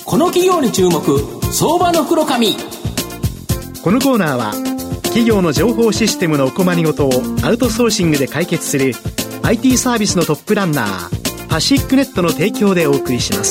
この企業に注目、相場の袋紙。 このコーナーは企業の情報システムのお困りごとをアウトソーシングで解決する IT サービスのトップランナーパシックネットの提供でお送りします。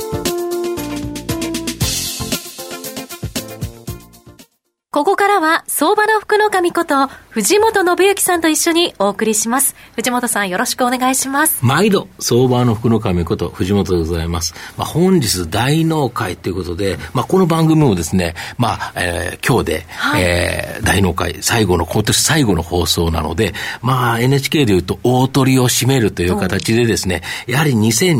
ここからは相場の福の神こと藤本信之さんと一緒にお送りします。藤本さん、よろしくお願いします。 毎度相場の福の神こと藤本でございます。本日大納会ということで、この番組もですね、今日で、大納会今年最後の放送なので、NHK でいうと大鳥を締めるという形でですね、やはり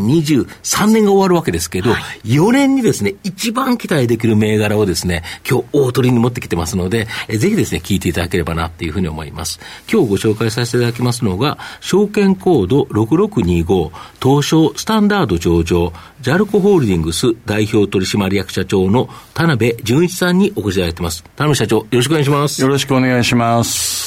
2023年が終わるわけですけど、4年にですね一番期待できる銘柄をですね今日大鳥に持ってきてますので、ぜひですね聞いていただければなっていうふうに思います。今日ご紹介させていただきますのが、証券コード6625東証スタンダード上場ジャルコホールディングス代表取締役社長の田辺純一さんにお越しいただいてます。田辺社長、よろしくお願いします。 よろしくお願いします。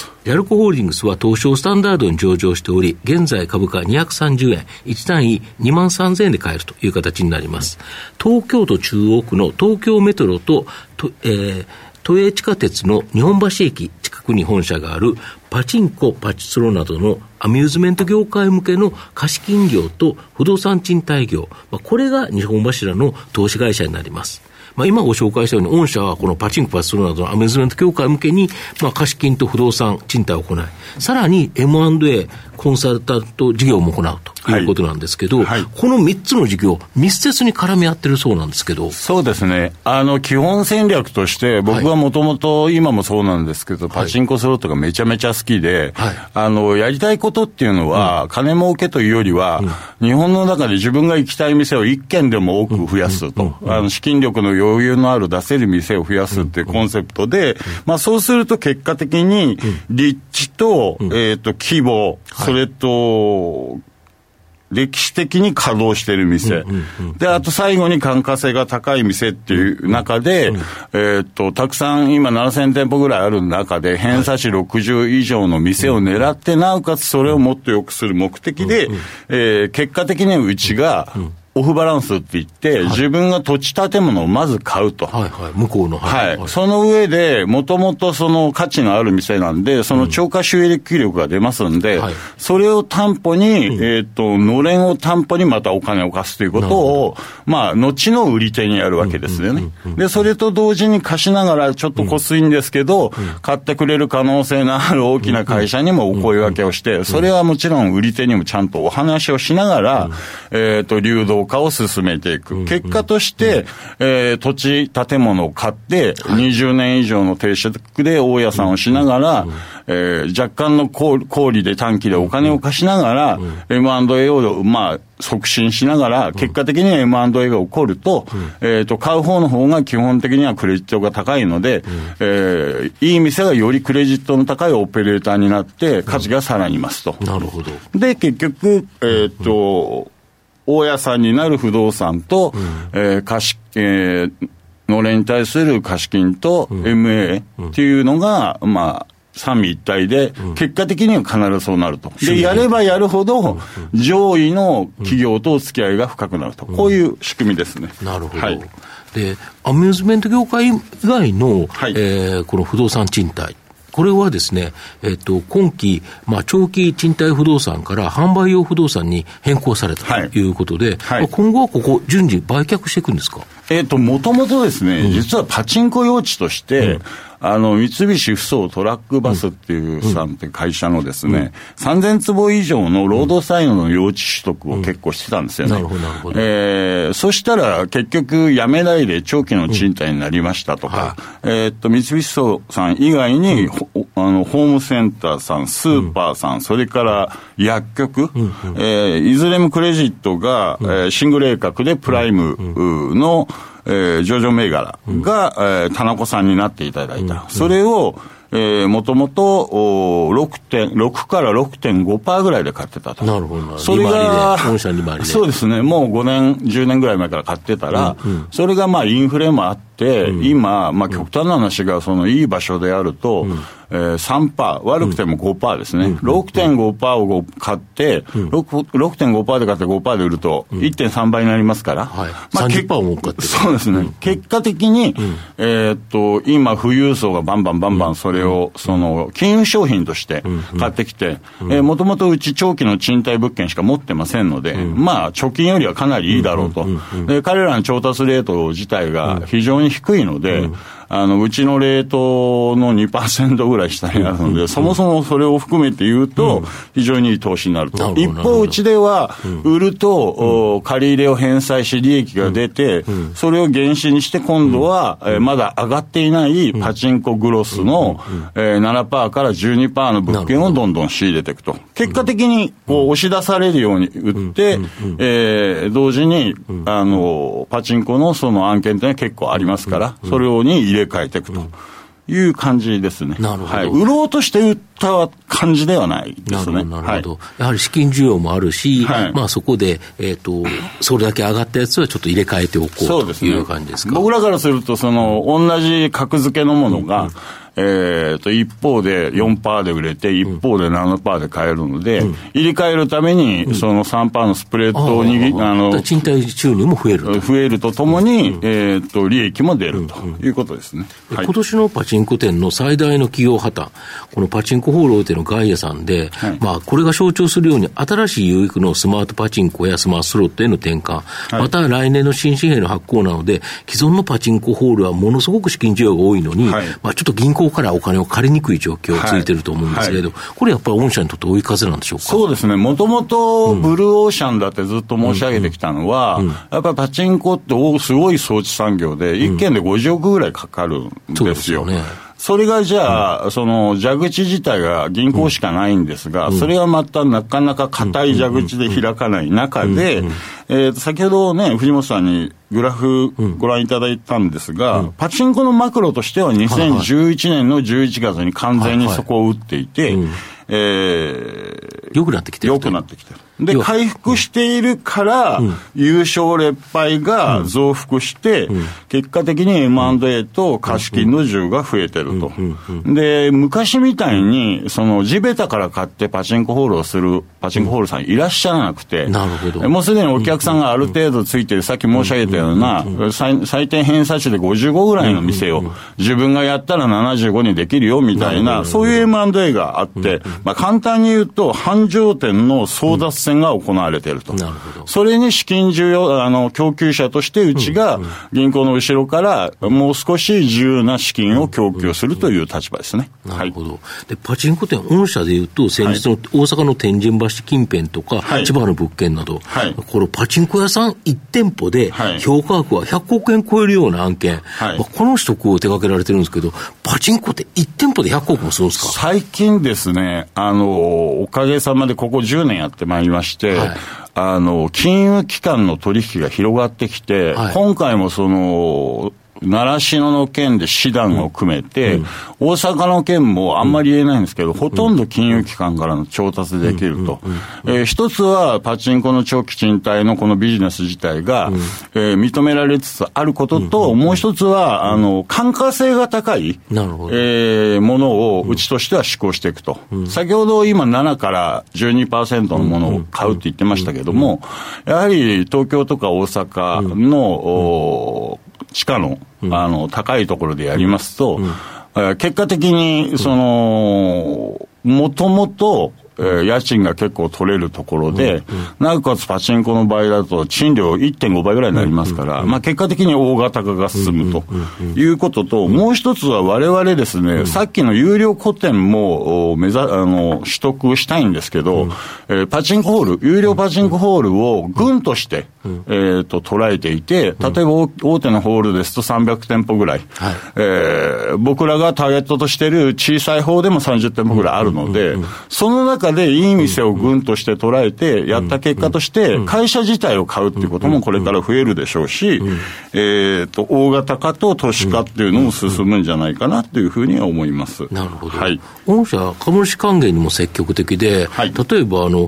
ジャルコホールディングスは東証スタンダードに上場しており、現在株価230円、1単位23,000円で買えるという形になります。東京都中央区の東京メトロと都営地下鉄の日本橋駅近くに本社があるパチンコ、パチスロなどのアミューズメント業界向けの貸金業と不動産賃貸業、これが日本柱の投資会社になります。今ご紹介したように、御社はこのパチンコ、パチスロなどのアミューズメント業界向けに、貸金と不動産賃貸を行い、さらに M&A コンサルタント事業も行うということなんですけど、この3つの事業密接に絡み合ってるそうなんですけど。 そうですね、基本戦略として僕はもともと今もそうなんですけど、パチンコスロットがめちゃめちゃ好きで、やりたいことっていうのは、金儲けというよりは、日本の中で自分が行きたい店を1軒でも多く増やすと、資金力の余裕のある出せる店を増やすっていうコンセプトで、そうすると結果的に立地と、規模、それと歴史的に稼働している店、であと最後に単価性が高い店っていう中で、たくさん今7000店舗ぐらいある中で偏差値60以上の店を狙って、なおかつそれをもっと良くする目的で、結果的にうちがオフバランスって言って、自分が土地建物をまず買うと。 向こうの。 その上で、もともとその価値のある店なんで、その超過収益力が出ますんで、それを担保に、のれんを担保にまたお金を貸すということを、後の売り手にやるわけですよね。で、それと同時に貸しながら、ちょっとこすいんですけど、買ってくれる可能性のある大きな会社にもお声掛けをして、それはもちろん売り手にもちゃんとお話をしながら、流動化を進めていく。結果として、土地建物を買って20年以上の定借で大家さんをしながら、若干の小利で短期でお金を貸しながら、M&A を促進しながら、結果的に M&A が起こると、買う方の方が基本的にはクレジットが高いので、いい店がよりクレジットの高いオペレーターになって価値がさらに増すと。 なるほど。 で結局大家さんになる不動産と、のれんに対する貸金と MA っていうのが、三位一体で、結果的には必ずそうなると。で、やればやるほど、上位の企業とお付き合いが深くなると。こういう仕組みですね。 なるほど。で、アミューズメント業界以外の、この不動産賃貸。これはですね、今期、長期賃貸不動産から販売用不動産に変更されたということで、今後はここ順次売却していくんですか？ もともとですね、実はパチンコ用地として、三菱ふそうトラックバスっていうさんって会社のですね、3000坪以上のロードサイドの用地取得を結構してたんですよね。そしたら結局やめないで長期の賃貸になりましたとか、三菱ふそうさん以外に、ホームセンターさん、スーパーさん、それから薬局、いずれもクレジットが、シングル A 格でプライムの上場銘柄が、田中さんになっていただいた。それを、もともと6から 6.5% ぐらいで買ってたと。 なるほど。 それが本社2割で。 そうですね。もう5年10年ぐらい前から買ってたら、それがインフレもあってて、今、極端な話がいい場所であると、3%、悪くても 5% ですね。6.5% を買って、6.5% で買って5% で売ると 1.3 倍になりますから。 30% も買ってる。 そうですね。結果的に、今、富裕層がバンバンそれを、金融商品として買ってきて、もともとうち長期の賃貸物件しか持ってませんので、貯金よりはかなりいいだろうと。で、彼らの調達レート自体が非常に低いので、うちのレートの 2% ぐらい下にあるので、そもそもそれを含めて言うと、非常にいい投資になると。一方、うちでは、売ると、借り入れを返済し利益が出て、それを原資にして今度は、まだ上がっていないパチンコグロスの、7% から 12% の物件をどんどん仕入れていくと。結果的に、押し出されるように売って、同時に、パチンコのその案件ってのは結構ありますから、それに入れ替えていくという感じですね。 なるほど。 売ろうとして売った感じではないですね。 なるほど。やはり資金需要もあるし、そこで、それだけ上がったやつはちょっと入れ替えておこうという感じですか。 僕らからすると、同じ格付けのものが、一方で 4% で売れて、一方で 7% で買えるので、入れ替えるために、その 3% のスプレッドに、 賃貸収入も増えると。 増えるとともに、利益も出るということですね。 今年のパチンコ店の最大の企業破綻、このパチンコホール大手のガイアさんで、これが象徴するように、新しい有益のスマートパチンコやスマートスロットへの転換、また来年の新紙幣の発行なので、既存のパチンコホールはものすごく資金需要が多いのに、ちょっと銀行からお金を借りにくい状況が続いていると思うんですけれど、これやっぱり御社にとって追い風なんでしょうか。 そうですね。もともとブルーオーシャンだってずっと申し上げてきたのは、やっぱりパチンコってすごい装置産業で、1件で50億ぐらいかかるんですよ。それがじゃあ、蛇口自体が銀行しかないんですが、それはまたなかなか硬い蛇口で開かない中で、先ほどね、藤本さんにグラフご覧いただいたんですが、パチンコのマクロとしては2011年の11月に完全にそこを打っていて、 良くなってきてる。 で、回復しているから、優勝劣敗が増幅して、結果的に M&A と貸金の需要が増えてると。で、昔みたいに、地べたから買ってパチンコホールをするパチンコホールさんいらっしゃらなくて、もうすでにお客さんがある程度ついてる、さっき申し上げたような、最低偏差値で55ぐらいの店を、自分がやったら75にできるよみたいな、そういう M&A があって、簡単に言うと、繁盛店の争奪戦が行われていると。それに資金需要、供給者としてうちが銀行の後ろからもう少し自由な資金を供給するという立場ですね。 なるほど。で、パチンコ店、御社で言うと、先日の大阪の天神橋近辺とか、千葉の物件など、このパチンコ屋さん1店舗で評価額は100億円超えるような案件、この取得を手掛けられてるんですけど、パチンコって1店舗で100億もするんですか？ 最近ですね、おかげさまでここ10年やってまいりまして、金融機関の取引が広がってきて、今回も習志野の件で師団を組めて、大阪の件もあんまり言えないんですけど、ほとんど金融機関からの調達できると。一つはパチンコの長期賃貸のこのビジネス自体が、認められつつあることと、もう一つは、感化性が高い、ものをうちとしては施行していくと。先ほど今7から 12% のものを買うって言ってましたけども、やはり東京とか大阪の、地価の、高いところでやりますと、結果的に、もともと、家賃が結構取れるところで、なおかつパチンコの場合だと賃料 1.5 倍ぐらいになりますから、結果的に大型化が進むということと、もう一つは我々ですね、さっきの有料個店も取得したいんですけど、パチンコホール、有料パチンコホールを群として、捉えていて、例えば大手のホールですと300店舗ぐらい、僕らがターゲットとしている小さい方でも30店舗ぐらいあるので、その中でいい店を群として捉えてやった結果として会社自体を買うっていうこともこれから増えるでしょうし、大型化と都市化っていうのも進むんじゃないかなというふうには思います。 なるほど。御社株主還元にも積極的で、例えば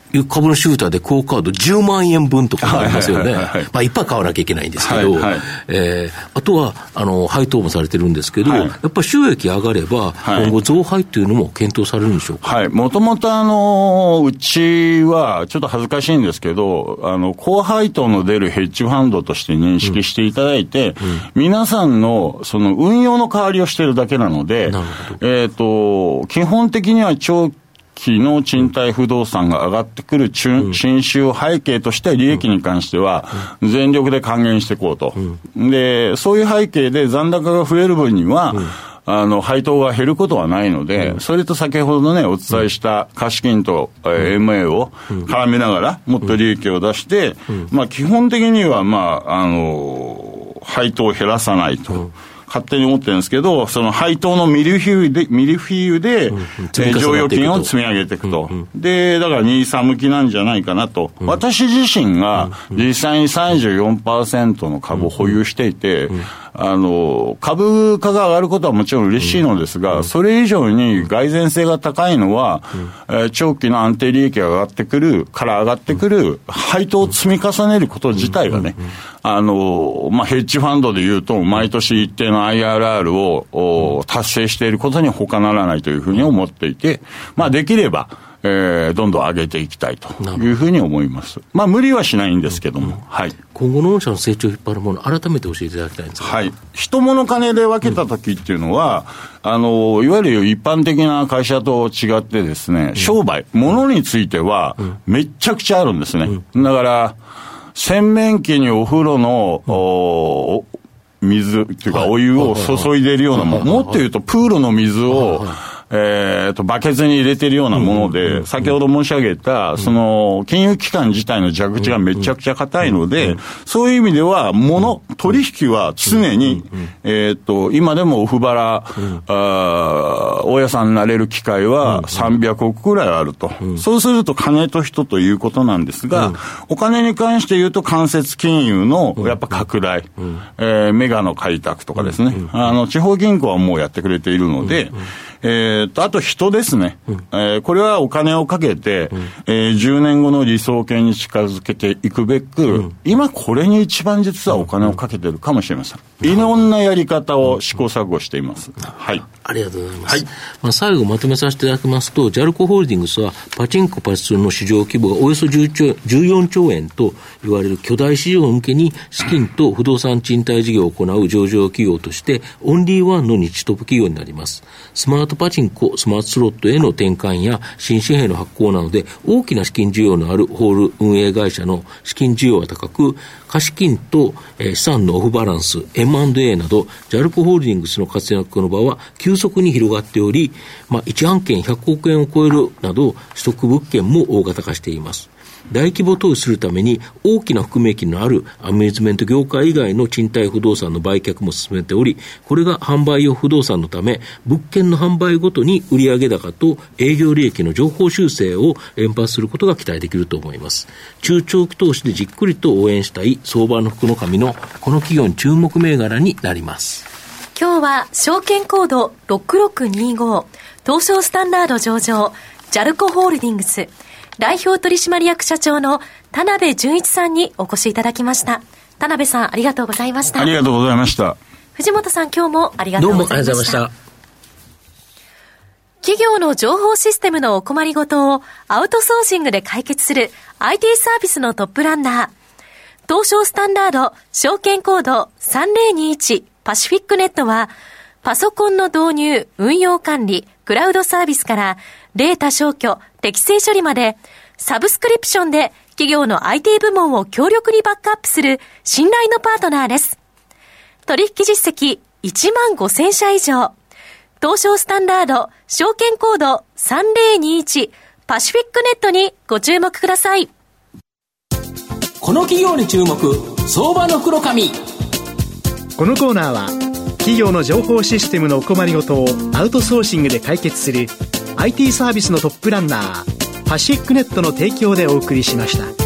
株主優待でクオカード10万円分とかありますよね。いっぱい買わなきゃいけないんですけど、あとは配当もされてるんですけど、やっぱり収益上がれば、今後増配というのも検討されるんでしょうか。 もともとうちはちょっと恥ずかしいんですけど、高配当の出るヘッジファンドとして認識していただいて、皆さんのその運用の代わりをしているだけなので、基本的には長期の賃貸不動産が上がってくる新収を背景として利益に関しては全力で還元していこうと。で、そういう背景で残高が増える分には、配当が減ることはないので、それと先ほどね、お伝えした貸金と、MA を絡めながら、もっと利益を出して、基本的には、配当を減らさないと。勝手に思ってるんですけど、その配当のミルフィーユで、剰余金を積み上げていくと。で、だからNISA向きなんじゃないかなと。私自身が実際に 34% の株を保有していて、株価が上がることはもちろん嬉しいのですが、それ以上に蓋然性が高いのは、長期の安定利益が上がってくる配当を積み重ねること自体がね、ヘッジファンドで言うと毎年一定の IRR を達成していることに他ならないというふうに思っていて、できればどんどん上げていきたいというふうに思います。無理はしないんですけども、 今後の御社の成長を引っ張るもの、改めて教えていただきたいんですが、 人物金で分けた時っていうのは、いわゆる一般的な会社と違ってですね、商売、物についてはめっちゃくちゃあるんですね。だから洗面器にお風呂の水っていうかお湯を注いでいるようなもの、もっと言うとプールの水をバケツに入れてるようなもので、先ほど申し上げた、その、金融機関自体の蛇口がめちゃくちゃ硬いので、そういう意味では、取引は常に、今でもオフバラ、大家さんになれる機会は300億くらいあると。そうすると金と人ということなんですが、お金に関して言うと間接金融のやっぱ拡大、メガの開拓とかですね。地方銀行はもうやってくれているので、あと人ですね。これはお金をかけて、10年後の理想形に近づけていくべく、今これに一番実はお金をかけてるかもしれません。いろんなやり方を試行錯誤しています。 ありがとうございます。最後まとめさせていただきますと、JALCO ホールディングスはパチンコパチスロの市場規模がおよそ14兆円と言われる巨大市場向けに資金と不動産賃貸事業を行う上場企業としてオンリーワンの日トップ企業になります。スマートパチンコ、スマートスロットへの転換や新紙幣の発行などで大きな資金需要のあるホール運営会社の資金需要は高く、貸金と資産のオフバランス、M&A など JALCO ホールディングスの活躍の場は急速に広がっており、1案件100億円を超えるなど取得物件も大型化しています。大規模投資するために大きな含み益のあるアミューズメント業界以外の賃貸不動産の売却も進めており、これが販売用不動産のため、物件の販売ごとに売上高と営業利益の情報修正を連発することが期待できると思います。中長期投資でじっくりと応援したい相場の福の神のこの企業に注目銘柄になります。 今日は証券コード6625東証スタンダード上場JALCOホールディングス代表取締役社長の田辺純一さんにお越しいただきました。田辺さん、ありがとうございました。 ありがとうございました。 藤本さん、今日もありがとうございました。どうもありがとうございました。企業の情報システムのお困りごとをアウトソーシングで解決する IT サービスのトップランナー、東証スタンダード証券コード3021パシフィックネットは、パソコンの導入、運用管理、クラウドサービスからデータ消去、適正処理まで、サブスクリプションで企業の IT 部門を強力にバックアップする信頼のパートナーです。取引実績15,000社以上。東証スタンダード証券コード3021パシフィックネットにご注目ください。 この企業に注目、相場の福の神。 このコーナーは企業の情報システムのお困りごとをアウトソーシングで解決する IT サービスのトップランナーパシフィックネットの提供でお送りしました。